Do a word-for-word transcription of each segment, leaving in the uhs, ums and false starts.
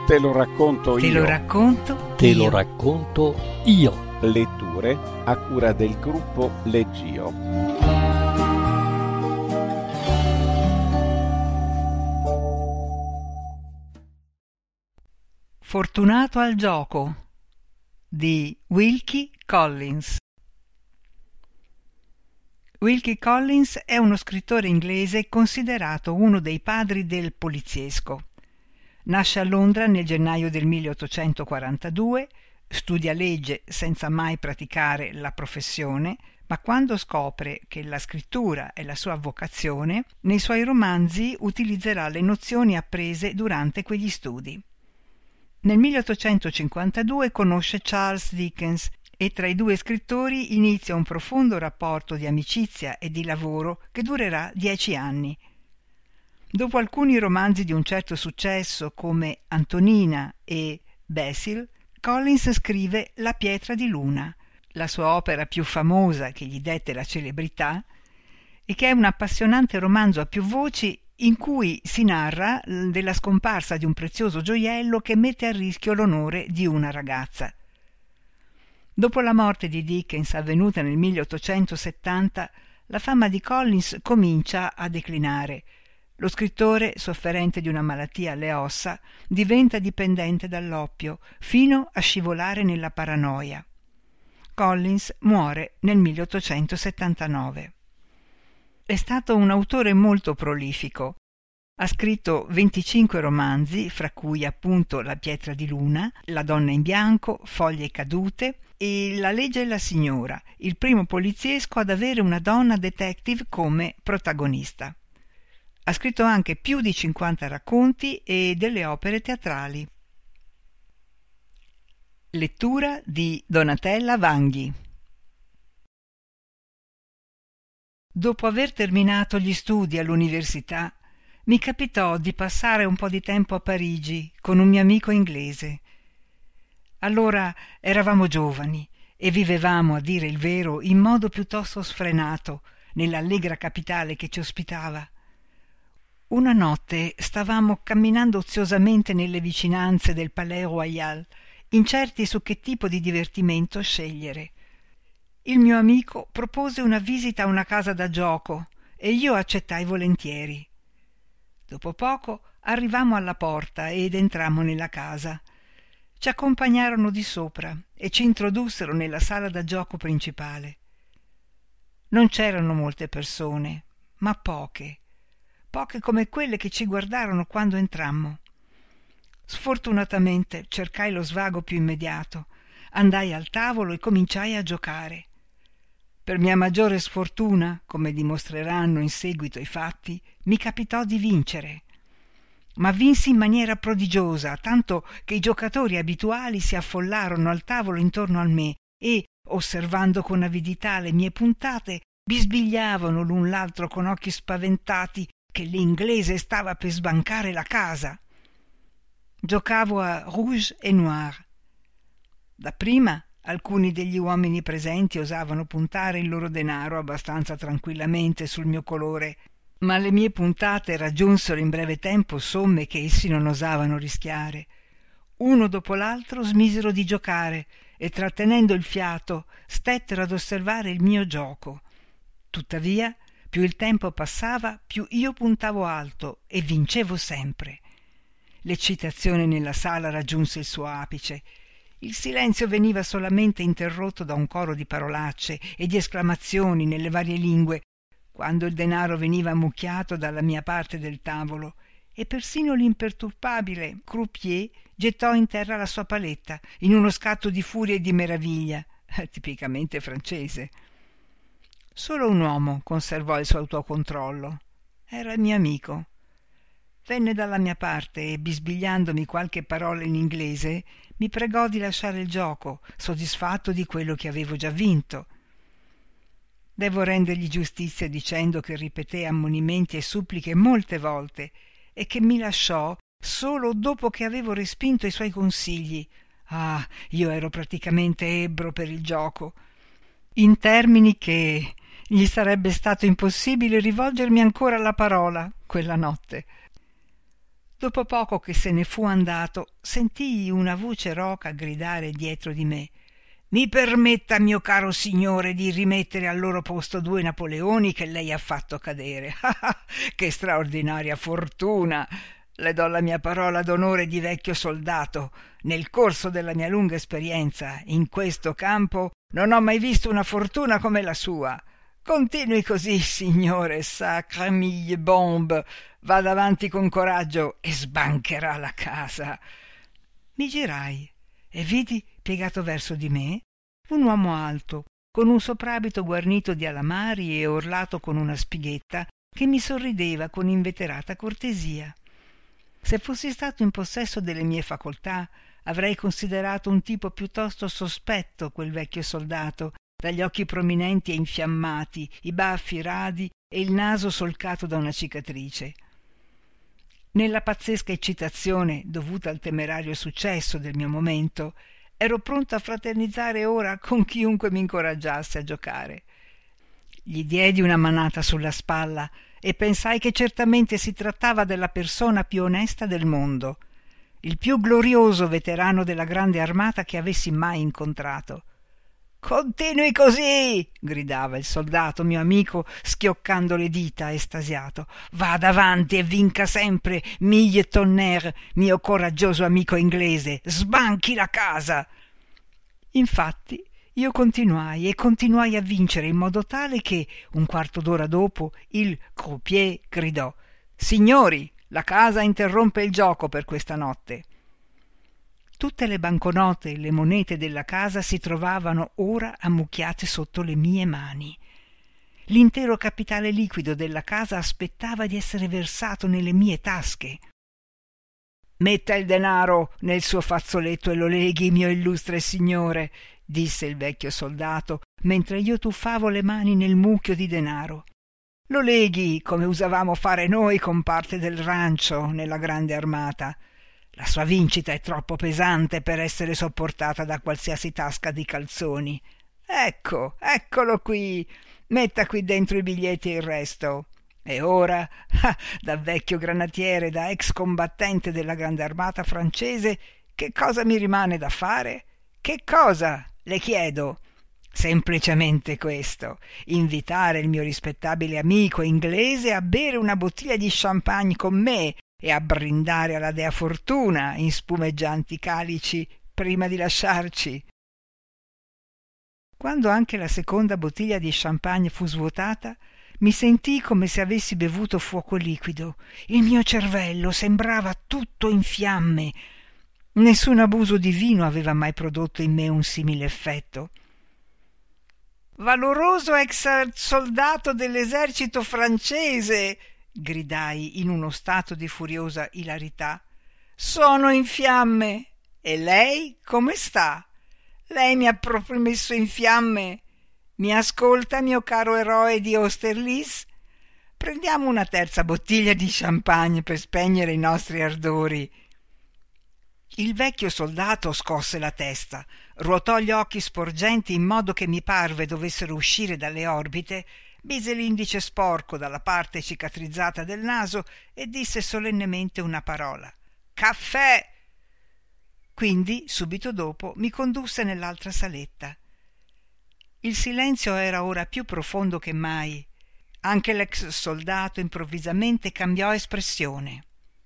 Te lo racconto Te io. lo racconto Te io. lo racconto io. Letture a cura del gruppo Leggio. Fortunato al gioco di Wilkie Collins. Wilkie Collins è uno scrittore inglese considerato uno dei padri del poliziesco. Nasce a Londra nel gennaio del milleottocentoquarantadue, studia legge senza mai praticare la professione, ma quando scopre che la scrittura è la sua vocazione, nei suoi romanzi utilizzerà le nozioni apprese durante quegli studi. Nel milleottocentocinquantadue conosce Charles Dickens e tra i due scrittori inizia un profondo rapporto di amicizia e di lavoro che durerà dieci anni. Dopo alcuni romanzi di un certo successo come Antonina e Basil, Collins scrive La pietra di luna, la sua opera più famosa che gli dette la celebrità e che è un appassionante romanzo a più voci in cui si narra della scomparsa di un prezioso gioiello che mette a rischio l'onore di una ragazza. Dopo la morte di Dickens avvenuta nel milleottocentosettanta, la fama di Collins comincia a declinare. Lo scrittore, sofferente di una malattia alle ossa, diventa dipendente dall'oppio, fino a scivolare nella paranoia. Collins muore nel milleottocentosettantanove. È stato un autore molto prolifico. Ha scritto venticinque romanzi, fra cui appunto La pietra di luna, La donna in bianco, Foglie cadute e La legge e la signora, il primo poliziesco ad avere una donna detective come protagonista. Ha scritto anche più di cinquanta racconti e delle opere teatrali. Lettura di Donatella Vanghi. Dopo aver terminato gli studi all'università, mi capitò di passare un po' di tempo a Parigi con un mio amico inglese. Allora eravamo giovani e vivevamo, a dire il vero, in modo piuttosto sfrenato nell'allegra capitale che ci ospitava. Una notte stavamo camminando oziosamente nelle vicinanze del Palais Royal, incerti su che tipo di divertimento scegliere. Il mio amico propose una visita a una casa da gioco e io accettai volentieri. Dopo poco arrivammo alla porta ed entrammo nella casa. Ci accompagnarono di sopra e ci introdussero nella sala da gioco principale. Non c'erano molte persone, ma poche, poche come quelle che ci guardarono quando entrammo. Sfortunatamente cercai lo svago più immediato, andai al tavolo e cominciai a giocare. Per mia maggiore sfortuna, come dimostreranno in seguito i fatti, mi capitò di vincere. Ma vinsi in maniera prodigiosa, tanto che i giocatori abituali si affollarono al tavolo intorno a me e, osservando con avidità le mie puntate, bisbigliavano l'un l'altro con occhi spaventati che l'inglese stava per sbancare la casa. Giocavo a rouge et noir. Dapprima alcuni degli uomini presenti osavano puntare il loro denaro abbastanza tranquillamente sul mio colore, ma le mie puntate raggiunsero in breve tempo somme che essi non osavano rischiare. Uno dopo l'altro smisero di giocare e, trattenendo il fiato, stettero ad osservare il mio gioco. Tuttavia, più il tempo passava, più io puntavo alto e vincevo sempre. L'eccitazione nella sala raggiunse il suo apice. Il silenzio veniva solamente interrotto da un coro di parolacce e di esclamazioni nelle varie lingue, quando il denaro veniva ammucchiato dalla mia parte del tavolo, e persino l'imperturbabile croupier gettò in terra la sua paletta, in uno scatto di furia e di meraviglia, tipicamente francese. Solo un uomo conservò il suo autocontrollo. Era il mio amico. Venne dalla mia parte e, bisbigliandomi qualche parola in inglese, mi pregò di lasciare il gioco, soddisfatto di quello che avevo già vinto. Devo rendergli giustizia dicendo che ripeté ammonimenti e suppliche molte volte e che mi lasciò solo dopo che avevo respinto i suoi consigli. Ah, io ero praticamente ebbro per il gioco, in termini che gli sarebbe stato impossibile rivolgermi ancora la parola quella notte. Dopo poco che se ne fu andato, sentii una voce roca gridare dietro di me: «Mi permetta, mio caro signore, di rimettere al loro posto due Napoleoni che lei ha fatto cadere. Ah, ah, che straordinaria fortuna! Le do la mia parola d'onore di vecchio soldato. Nel corso della mia lunga esperienza in questo campo non ho mai visto una fortuna come la sua. Continui così, signore, sacre mille bombe. Vada avanti con coraggio e sbancherà la casa». Mi girai e vidi, piegato verso di me, un uomo alto, con un soprabito guarnito di alamari e orlato con una spighetta, che mi sorrideva con inveterata cortesia. Se fossi stato in possesso delle mie facoltà, avrei considerato un tipo piuttosto sospetto quel vecchio soldato, dagli occhi prominenti e infiammati, i baffi radi e il naso solcato da una cicatrice. Nella pazzesca eccitazione dovuta al temerario successo del mio momento, ero pronto a fraternizzare ora con chiunque mi incoraggiasse a giocare. Gli diedi una manata sulla spalla e pensai che certamente si trattava della persona più onesta del mondo, il più glorioso veterano della grande armata che avessi mai incontrato. «Continui così!» gridava il soldato mio amico, schioccando le dita, estasiato. «Vada avanti e vinca sempre, mille tonnerre, mio coraggioso amico inglese! Sbanchi la casa!» Infatti io continuai e continuai a vincere in modo tale che, un quarto d'ora dopo, il croupier gridò: «Signori, la casa interrompe il gioco per questa notte». Tutte le banconote e le monete della casa si trovavano ora ammucchiate sotto le mie mani. L'intero capitale liquido della casa aspettava di essere versato nelle mie tasche. «Metta il denaro nel suo fazzoletto e lo leghi, mio illustre signore», disse il vecchio soldato, mentre io tuffavo le mani nel mucchio di denaro. «Lo leghi come usavamo fare noi con parte del rancio nella grande armata. La sua vincita è troppo pesante per essere sopportata da qualsiasi tasca di calzoni. Ecco, eccolo qui. Metta qui dentro i biglietti e il resto. E ora, ah, da vecchio granatiere, da ex combattente della grande armata francese, che cosa mi rimane da fare? Che cosa, le chiedo? Semplicemente questo: invitare il mio rispettabile amico inglese a bere una bottiglia di champagne con me e a brindare alla dea fortuna in spumeggianti calici prima di lasciarci». Quando anche la seconda bottiglia di champagne fu svuotata, mi sentii come se avessi bevuto fuoco liquido. Il mio cervello sembrava tutto in fiamme. Nessun abuso di vino aveva mai prodotto in me un simile effetto. «Valoroso ex soldato dell'esercito francese», gridai in uno stato di furiosa ilarità, «sono in fiamme. E lei come sta? Lei mi ha proprio messo in fiamme. Mi ascolta, mio caro eroe di Austerlitz? Prendiamo una terza bottiglia di champagne per spegnere i nostri ardori». Il vecchio soldato scosse la testa, ruotò gli occhi sporgenti in modo che mi parve dovessero uscire dalle orbite, mise l'indice sporco dalla parte cicatrizzata del naso e disse solennemente una parola: «Caffè!» Quindi, subito dopo, mi condusse nell'altra saletta. Il silenzio era ora più profondo che mai. Anche l'ex soldato improvvisamente cambiò espressione.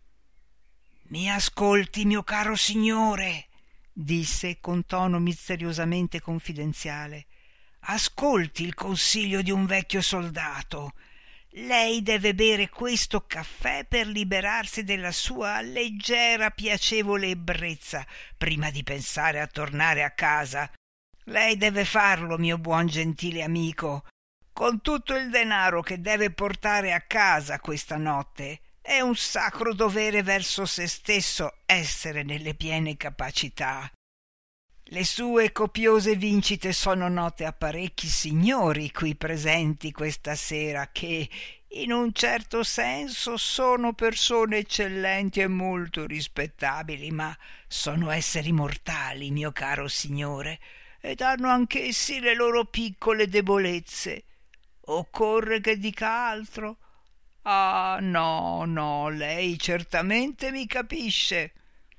«Mi ascolti, mio caro signore», disse con tono misteriosamente confidenziale. «Ascolti il consiglio di un vecchio soldato. Lei deve bere questo caffè per liberarsi della sua leggera, piacevole ebbrezza prima di pensare a tornare a casa. Lei deve farlo, mio buon gentile amico, con tutto il denaro che deve portare a casa questa notte. È un sacro dovere verso se stesso essere nelle piene capacità. Le sue copiose vincite sono note a parecchi signori qui presenti questa sera che, in un certo senso, sono persone eccellenti e molto rispettabili, ma sono esseri mortali, mio caro signore, ed hanno anch'essi le loro piccole debolezze. Occorre che dica altro? Ah, no, no, lei certamente mi capisce.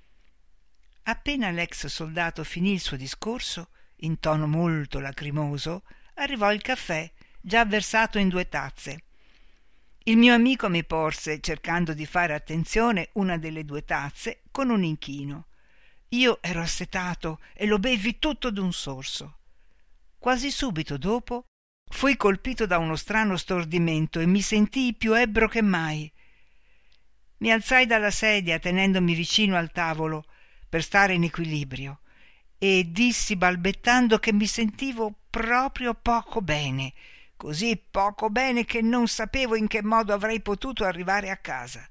Appena l'ex soldato finì il suo discorso, in tono molto lacrimoso, arrivò il caffè, già versato in due tazze. Il mio amico mi porse, cercando di fare attenzione, una delle due tazze con un inchino. Io ero assetato e lo bevi tutto d'un sorso. Quasi subito dopo fui colpito da uno strano stordimento e mi sentii più ebbro che mai. Mi alzai dalla sedia tenendomi vicino al tavolo per stare in equilibrio e dissi balbettando che mi sentivo proprio poco bene, così poco bene che non sapevo in che modo avrei potuto arrivare a casa.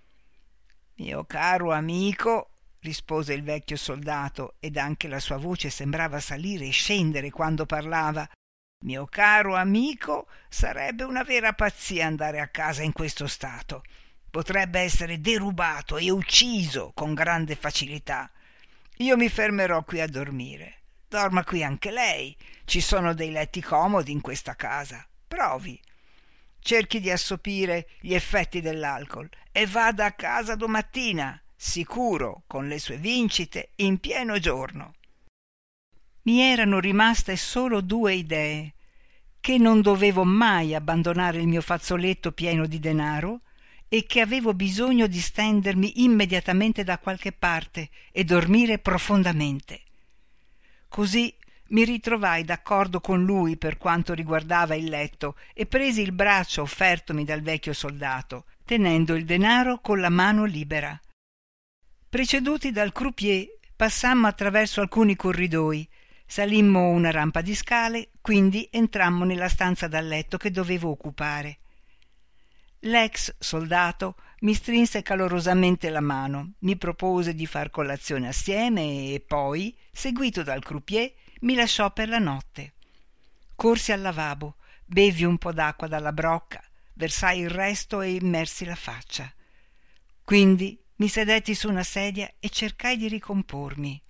Mio caro amico, rispose il vecchio soldato, ed anche la sua voce sembrava salire e scendere quando parlava, mio caro amico, sarebbe una vera pazzia andare a casa in questo stato. Potrebbe essere derubato e ucciso con grande facilità. Io mi fermerò qui a dormire. Dorma qui anche lei. Ci sono dei letti comodi in questa casa. Provi. Cerchi di assopire gli effetti dell'alcol e vada a casa domattina, sicuro, con le sue vincite, in pieno giorno. Mi erano rimaste solo due idee: che non dovevo mai abbandonare il mio fazzoletto pieno di denaro e che avevo bisogno di stendermi immediatamente da qualche parte e dormire profondamente. Così mi ritrovai d'accordo con lui per quanto riguardava il letto e presi il braccio offertomi dal vecchio soldato, tenendo il denaro con la mano libera. Preceduti dal croupier, passammo attraverso alcuni corridoi, salimmo una rampa di scale, quindi entrammo nella stanza da letto che dovevo occupare. L'ex soldato mi strinse calorosamente la mano, mi propose di far colazione assieme e poi, seguito dal croupier, mi lasciò per la notte. Corsi al lavabo, bevi un po' d'acqua dalla brocca, versai il resto e immersi la faccia. Quindi mi sedetti su una sedia e cercai di ricompormi.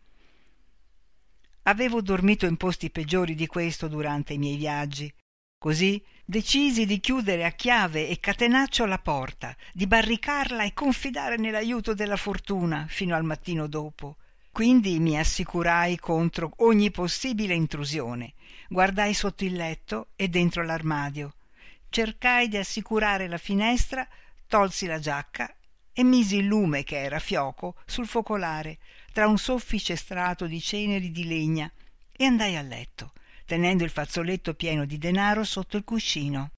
Avevo dormito in posti peggiori di questo durante i miei viaggi. Così decisi di chiudere a chiave e catenaccio la porta, di barricarla e confidare nell'aiuto della fortuna fino al mattino dopo. Quindi mi assicurai contro ogni possibile intrusione. Guardai sotto il letto e dentro l'armadio. Cercai di assicurare la finestra, tolsi la giacca e misi il lume, che era fioco, sul focolare, tra un soffice strato di ceneri di legna, e andai a letto, tenendo il fazzoletto pieno di denaro sotto il cuscino.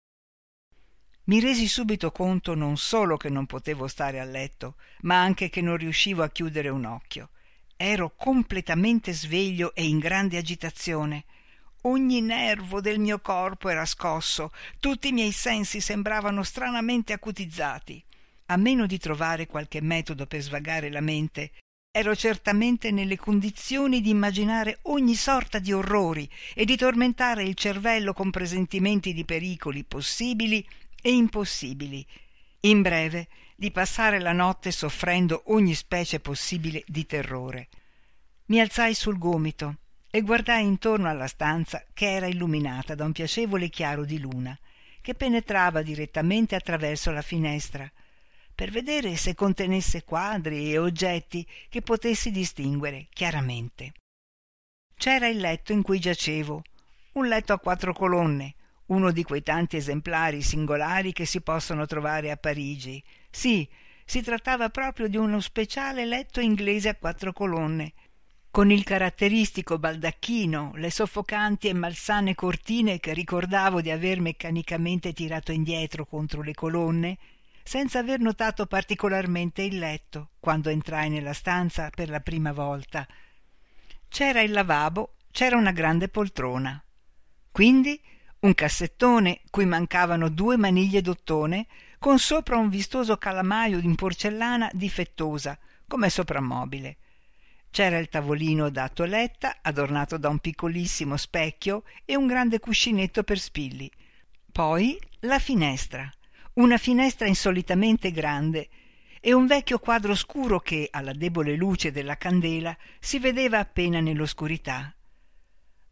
Mi resi subito conto non solo che non potevo stare a letto, ma anche che non riuscivo a chiudere un occhio. Ero completamente sveglio e in grande agitazione. Ogni nervo del mio corpo era scosso, tutti i miei sensi sembravano stranamente acutizzati. A meno di trovare qualche metodo per svagare la mente, ero certamente nelle condizioni di immaginare ogni sorta di orrori e di tormentare il cervello con presentimenti di pericoli possibili e impossibili. In breve, di passare la notte soffrendo ogni specie possibile di terrore. Mi alzai sul gomito e guardai intorno alla stanza, che era illuminata da un piacevole chiaro di luna che penetrava direttamente attraverso la finestra, per vedere se contenesse quadri e oggetti che potessi distinguere chiaramente. C'era il letto in cui giacevo, un letto a quattro colonne, uno di quei tanti esemplari singolari che si possono trovare a Parigi. Sì, si trattava proprio di uno speciale letto inglese a quattro colonne, con il caratteristico baldacchino, le soffocanti e malsane cortine che ricordavo di aver meccanicamente tirato indietro contro le colonne, senza aver notato particolarmente il letto quando entrai nella stanza per la prima volta. C'era il lavabo, c'era una grande poltrona. Quindi un cassettone cui mancavano due maniglie d'ottone, con sopra un vistoso calamaio in porcellana difettosa, come soprammobile. C'era il tavolino da toeletta, adornato da un piccolissimo specchio e un grande cuscinetto per spilli. Poi la finestra, una finestra insolitamente grande, e un vecchio quadro scuro che, alla debole luce della candela, si vedeva appena nell'oscurità.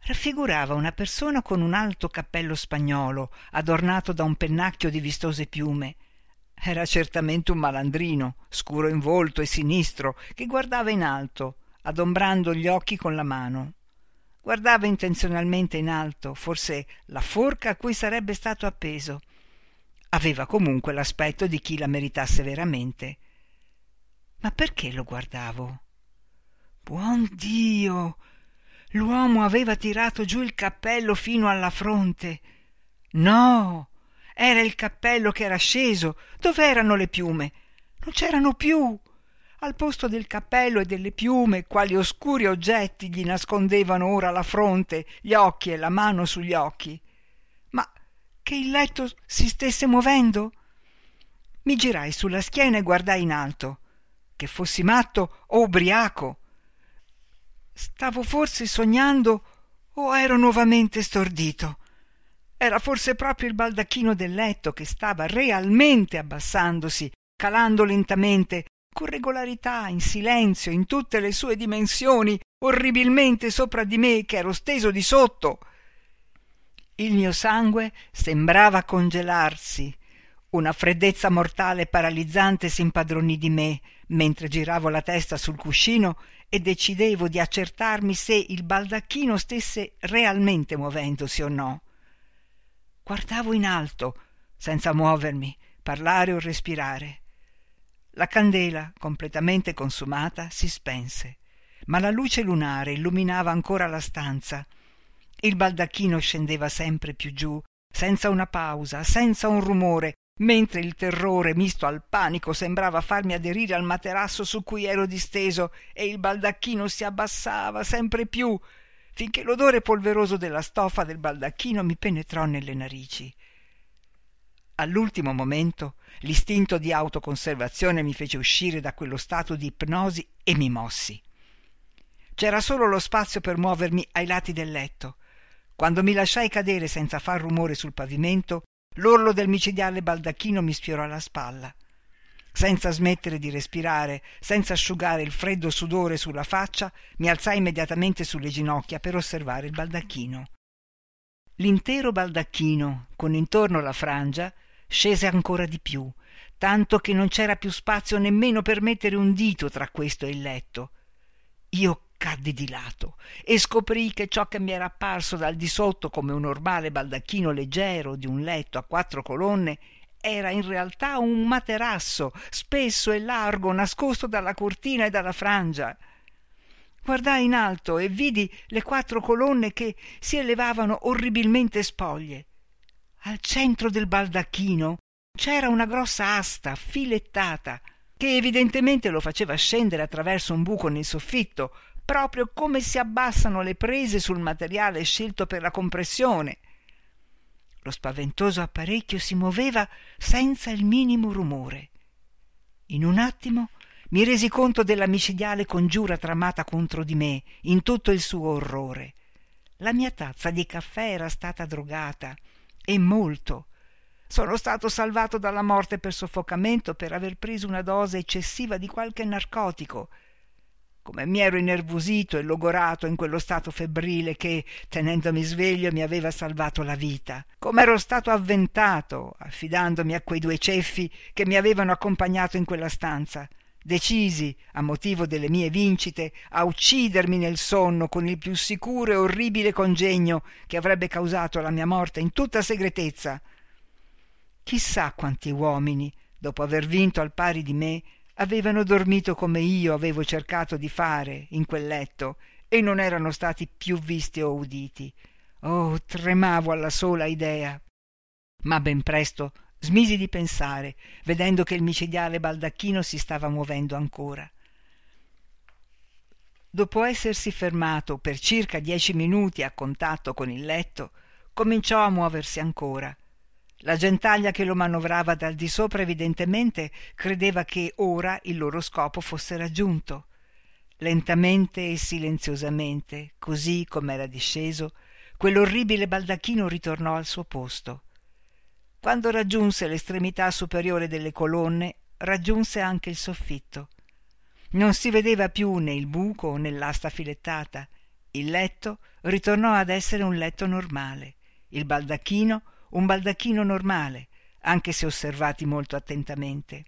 raffigurava una persona con un alto cappello spagnolo adornato da un pennacchio di vistose piume. Era certamente un malandrino, scuro in volto e sinistro, che guardava in alto, adombrando gli occhi con la mano. Guardava intenzionalmente in alto, forse la forca a cui sarebbe stato appeso. Aveva comunque l'aspetto di chi la meritasse veramente. Ma perché lo guardavo? Buon Dio! L'uomo aveva tirato giù il cappello fino alla fronte. No! Era il cappello che era sceso. Dov'erano le piume? Non c'erano più. Al posto del cappello e delle piume, quali oscuri oggetti gli nascondevano ora la fronte, gli occhi e la mano sugli occhi. Ma che il letto si stesse muovendo? Mi girai sulla schiena e guardai in alto. Che fossi matto o ubriaco. Stavo forse sognando o ero nuovamente stordito? Era forse proprio il baldacchino del letto che stava realmente abbassandosi, calando lentamente, con regolarità, in silenzio, in tutte le sue dimensioni, orribilmente sopra di me che ero steso di sotto. Il mio sangue sembrava congelarsi. Una freddezza mortale e paralizzante si impadronì di me mentre giravo la testa sul cuscino e decidevo di accertarmi se il baldacchino stesse realmente muovendosi o no. Guardavo in alto, senza muovermi, parlare o respirare. La candela, completamente consumata, si spense, ma la luce lunare illuminava ancora la stanza. Il baldacchino scendeva sempre più giù, senza una pausa, senza un rumore, mentre il terrore misto al panico sembrava farmi aderire al materasso su cui ero disteso e il baldacchino si abbassava sempre più, finché l'odore polveroso della stoffa del baldacchino mi penetrò nelle narici. All'ultimo momento l'istinto di autoconservazione mi fece uscire da quello stato di ipnosi e mi mossi. C'era solo lo spazio per muovermi ai lati del letto. Quando mi lasciai cadere senza far rumore sul pavimento, l'orlo del micidiale baldacchino mi sfiorò alla spalla. Senza smettere di respirare, senza asciugare il freddo sudore sulla faccia, mi alzai immediatamente sulle ginocchia per osservare il baldacchino. L'intero baldacchino, con intorno la frangia, scese ancora di più, tanto che non c'era più spazio nemmeno per mettere un dito tra questo e il letto. Io caddi di lato e scoprii che ciò che mi era apparso dal di sotto come un normale baldacchino leggero di un letto a quattro colonne era in realtà un materasso spesso e largo nascosto dalla cortina e dalla frangia. Guardai in alto e vidi le quattro colonne che si elevavano orribilmente spoglie. Al centro del baldacchino c'era una grossa asta filettata che evidentemente lo faceva scendere attraverso un buco nel soffitto, proprio come si abbassano le prese sul materiale scelto per la compressione. Lo spaventoso apparecchio si muoveva senza il minimo rumore. In un attimo mi resi conto della micidiale congiura tramata contro di me in tutto il suo orrore. La mia tazza di caffè era stata drogata, e molto. Sono stato salvato dalla morte per soffocamento per aver preso una dose eccessiva di qualche narcotico. Come mi ero innervosito e logorato in quello stato febbrile che, tenendomi sveglio, mi aveva salvato la vita. Come ero stato avventato, affidandomi a quei due ceffi che mi avevano accompagnato in quella stanza, decisi, a motivo delle mie vincite, a uccidermi nel sonno con il più sicuro e orribile congegno che avrebbe causato la mia morte in tutta segretezza. Chissà quanti uomini, dopo aver vinto al pari di me, avevano dormito come io avevo cercato di fare in quel letto e non erano stati più visti o uditi. Oh, tremavo alla sola idea. Ma ben presto smisi di pensare, vedendo che il micidiale baldacchino si stava muovendo ancora. Dopo essersi fermato per circa dieci minuti a contatto con il letto, cominciò a muoversi ancora. La gentaglia che lo manovrava dal di sopra evidentemente credeva che ora il loro scopo fosse raggiunto. Lentamente e silenziosamente, così com'era disceso, quell'orribile baldacchino ritornò al suo posto. Quando raggiunse l'estremità superiore delle colonne, raggiunse anche il soffitto. Non si vedeva più né il buco né l'asta filettata. Il letto ritornò ad essere un letto normale, il baldacchino un baldacchino normale, anche se osservati molto attentamente.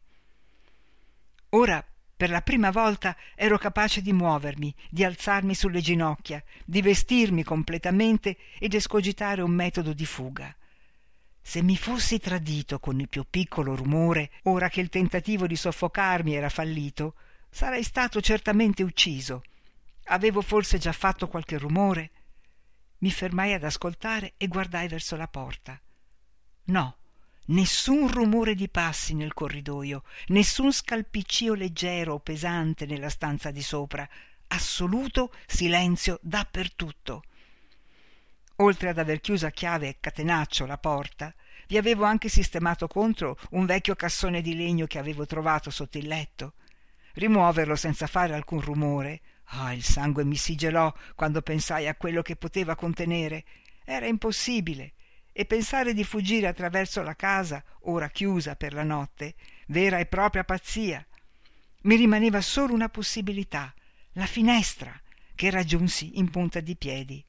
Ora, per la prima volta, ero capace di muovermi, di alzarmi sulle ginocchia, di vestirmi completamente ed escogitare un metodo di fuga. Se mi fossi tradito con il più piccolo rumore, ora che il tentativo di soffocarmi era fallito, sarei stato certamente ucciso. Avevo forse già fatto qualche rumore? Mi fermai ad ascoltare e guardai verso la porta. No, nessun rumore di passi nel corridoio, nessun scalpiccio leggero o pesante nella stanza di sopra, assoluto silenzio dappertutto. Oltre ad aver chiuso a chiave e catenaccio la porta, vi avevo anche sistemato contro un vecchio cassone di legno che avevo trovato sotto il letto. Rimuoverlo senza fare alcun rumore, ah, il sangue mi si gelò quando pensai a quello che poteva contenere. Era impossibile, e pensare di fuggire attraverso la casa, ora chiusa per la notte, vera e propria pazzia. Mi rimaneva solo una possibilità, la finestra, che raggiunsi in punta di piedi.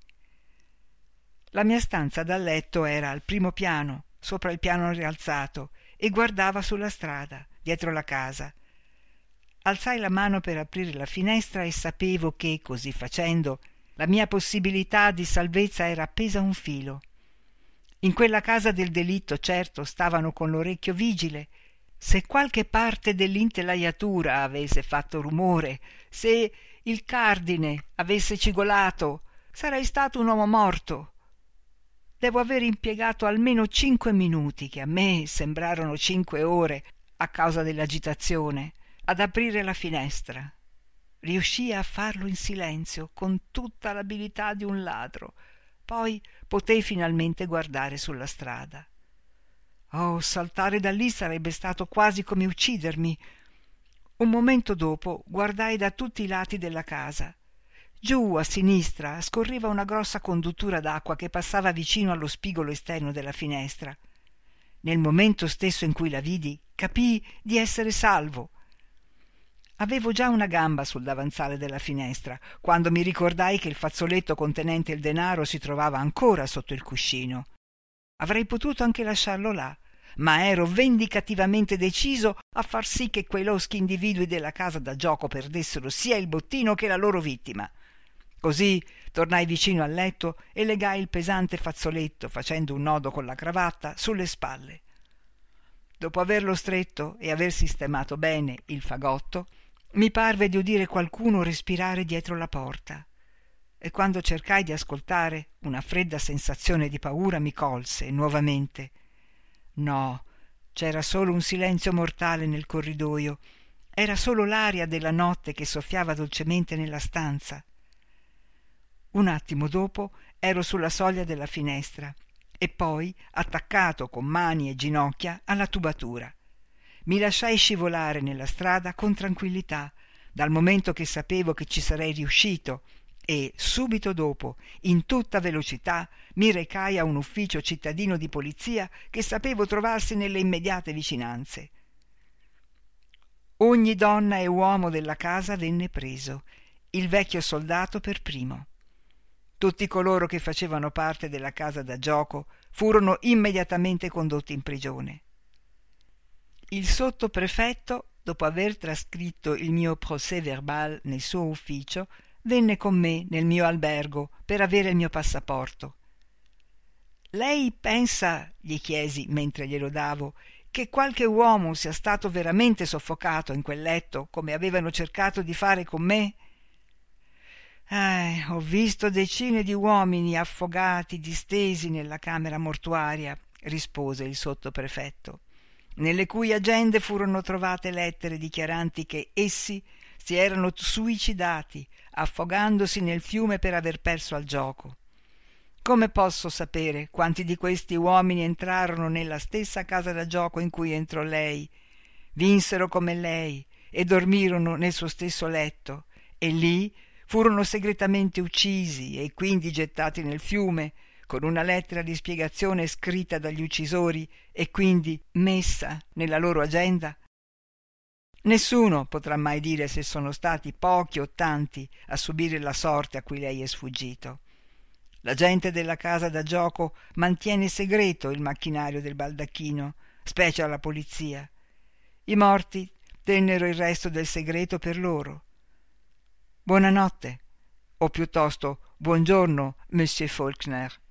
La mia stanza da letto era al primo piano, sopra il piano rialzato, e guardava sulla strada, dietro la casa. Alzai la mano per aprire la finestra e sapevo che, così facendo, la mia possibilità di salvezza era appesa a un filo. In quella casa del delitto, certo, stavano con l'orecchio vigile. Se qualche parte dell'intelaiatura avesse fatto rumore, se il cardine avesse cigolato, sarei stato un uomo morto. Devo aver impiegato almeno cinque minuti, che a me sembrarono cinque ore, a causa dell'agitazione, ad aprire la finestra. Riuscii a farlo in silenzio, con tutta l'abilità di un ladro. Poi potei finalmente guardare sulla strada. Oh, saltare da lì sarebbe stato quasi come uccidermi. Un momento dopo guardai da tutti i lati della casa. Giù a sinistra scorreva una grossa conduttura d'acqua che passava vicino allo spigolo esterno della finestra. Nel momento stesso in cui la vidi, capii di essere salvo. Avevo già una gamba sul davanzale della finestra, quando mi ricordai che il fazzoletto contenente il denaro si trovava ancora sotto il cuscino. Avrei potuto anche lasciarlo là, ma ero vendicativamente deciso a far sì che quei loschi individui della casa da gioco perdessero sia il bottino che la loro vittima. Così tornai vicino al letto e legai il pesante fazzoletto, facendo un nodo con la cravatta, sulle spalle. Dopo averlo stretto e aver sistemato bene il fagotto, mi parve di udire qualcuno respirare dietro la porta, e quando cercai di ascoltare, una fredda sensazione di paura mi colse nuovamente. No, c'era solo un silenzio mortale nel corridoio, era solo l'aria della notte che soffiava dolcemente nella stanza. Un attimo dopo ero sulla soglia della finestra e poi attaccato con mani e ginocchia alla tubatura. Mi lasciai scivolare nella strada con tranquillità, dal momento che sapevo che ci sarei riuscito, e subito dopo, in tutta velocità, mi recai a un ufficio cittadino di polizia che sapevo trovarsi nelle immediate vicinanze. Ogni donna e uomo della casa venne preso, il vecchio soldato per primo. Tutti coloro che facevano parte della casa da gioco furono immediatamente condotti in prigione. Il sottoprefetto, dopo aver trascritto il mio procès verbal nel suo ufficio, venne con me nel mio albergo per avere il mio passaporto. «Lei pensa», gli chiesi mentre glielo davo, «che qualche uomo sia stato veramente soffocato in quel letto, come avevano cercato di fare con me?» Eh, ho visto decine di uomini affogati, distesi nella camera mortuaria, rispose il sottoprefetto, nelle cui agende furono trovate lettere dichiaranti che essi si erano suicidati affogandosi nel fiume per aver perso al gioco. Come posso sapere quanti di questi uomini entrarono nella stessa casa da gioco in cui entrò lei, vinsero come lei e dormirono nel suo stesso letto, e lì furono segretamente uccisi e quindi gettati nel fiume, con una lettera di spiegazione scritta dagli uccisori e quindi messa nella loro agenda? Nessuno potrà mai dire se sono stati pochi o tanti a subire la sorte a cui lei è sfuggito. La gente della casa da gioco mantiene segreto il macchinario del baldacchino, specie alla polizia. I morti tennero il resto del segreto per loro. Buonanotte, o piuttosto buongiorno, Monsieur Faulkner.